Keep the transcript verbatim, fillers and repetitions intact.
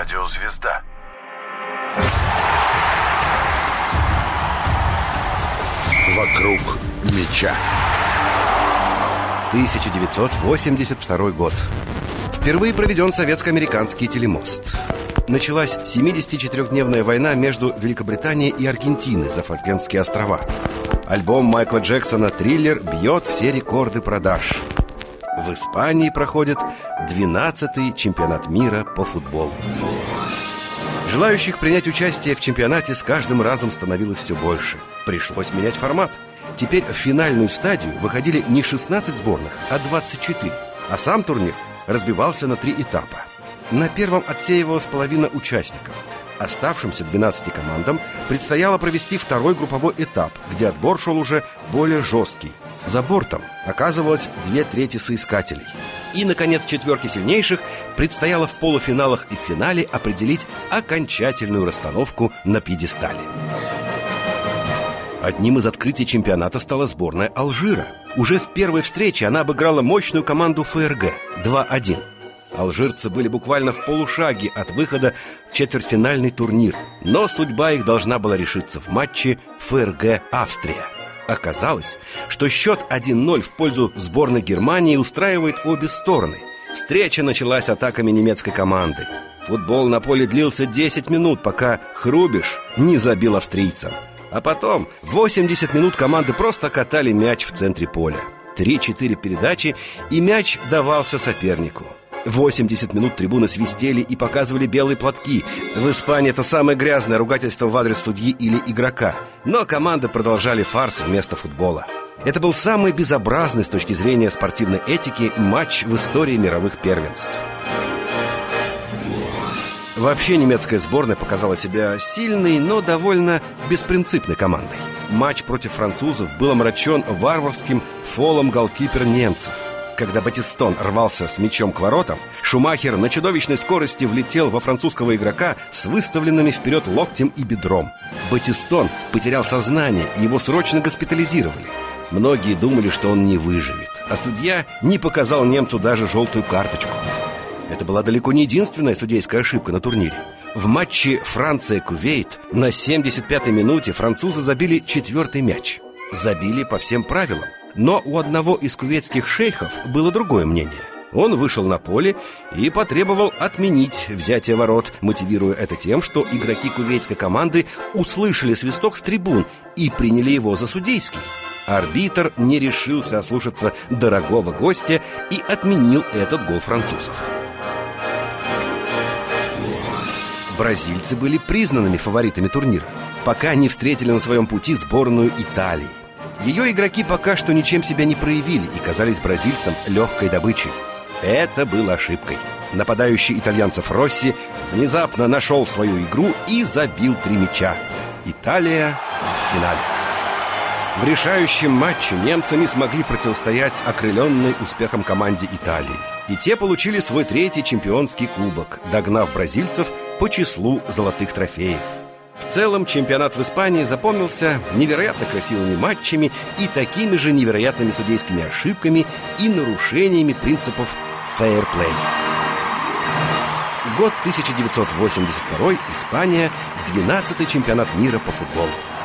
Радиозвезда. Вокруг мяча. тысяча девятьсот восемьдесят второй год. Впервые проведен советско-американский телемост. Началась семидесятичетырехдневная война между Великобританией и Аргентиной за Фолклендские острова. Альбом Майкла Джексона «Триллер» бьет все рекорды продаж. В Испании проходит двенадцатый чемпионат мира по футболу. Желающих принять участие в чемпионате с каждым разом становилось все больше. Пришлось менять формат. Теперь в финальную стадию выходили не шестнадцать сборных, а двадцать четыре. А сам турнир разбивался на три этапа. На первом отсеивалась половина участников. Оставшимся двенадцати командам предстояло провести второй групповой этап, где отбор шел уже более жесткий. За бортом оказывалось две трети соискателей. И, наконец, четверке сильнейших предстояло в полуфиналах и в финале определить окончательную расстановку на пьедестале. Одним из открытий чемпионата стала сборная Алжира. Уже в первой встрече она обыграла мощную команду ФРГ два один. Алжирцы были буквально в полушаге от выхода в четвертьфинальный турнир, но судьба их должна была решиться в матче ФРГ-Австрия. Оказалось, что счет один ноль в пользу сборной Германии устраивает обе стороны. Встреча началась атаками немецкой команды. Футбол на поле длился десять минут, пока Хрубиш не забил австрийцам. А потом восемьдесят минут команды просто катали мяч в центре поля. три-четыре передачи, и мяч давался сопернику. восемьдесят минут трибуны свистели и показывали белые платки. В Испании это самое грязное ругательство в адрес судьи или игрока. Но команды продолжали фарс вместо футбола. Это был самый безобразный с точки зрения спортивной этики матч в истории мировых первенств. Вообще немецкая сборная показала себя сильной, но довольно беспринципной командой. Матч против французов был омрачен варварским фолом голкипера немцев. Когда Батистон рвался с мячом к воротам, Шумахер на чудовищной скорости влетел во французского игрока с выставленными вперед локтем и бедром. Батистон потерял сознание, и его срочно госпитализировали. Многие думали, что он не выживет, а судья не показал немцу даже желтую карточку. Это была далеко не единственная судейская ошибка на турнире. В матче Франция-Кувейт на семьдесят пятой минуте французы забили четвертый мяч. Забили по всем правилам. Но у одного из кувейтских шейхов было другое мнение. Он вышел на поле и потребовал отменить взятие ворот, мотивируя это тем, что игроки кувейтской команды услышали свисток с трибун и приняли его за судейский. Арбитр не решился ослушаться дорогого гостя и отменил этот гол французов. Бразильцы были признанными фаворитами турнира, пока не встретили на своем пути сборную Италии. Ее игроки пока что ничем себя не проявили и казались бразильцам легкой добычей. Это было ошибкой. Нападающий итальянцев Росси внезапно нашел свою игру и забил три мяча. Италия в финале. В решающем матче немцы не смогли противостоять окрыленной успехом команде Италии. И те получили свой третий чемпионский кубок, догнав бразильцев по числу золотых трофеев. В целом чемпионат в Испании запомнился невероятно красивыми матчами и такими же невероятными судейскими ошибками и нарушениями принципов фейерплей. Год тысяча девятьсот восемьдесят второй, Испания, двенадцатый чемпионат мира по футболу.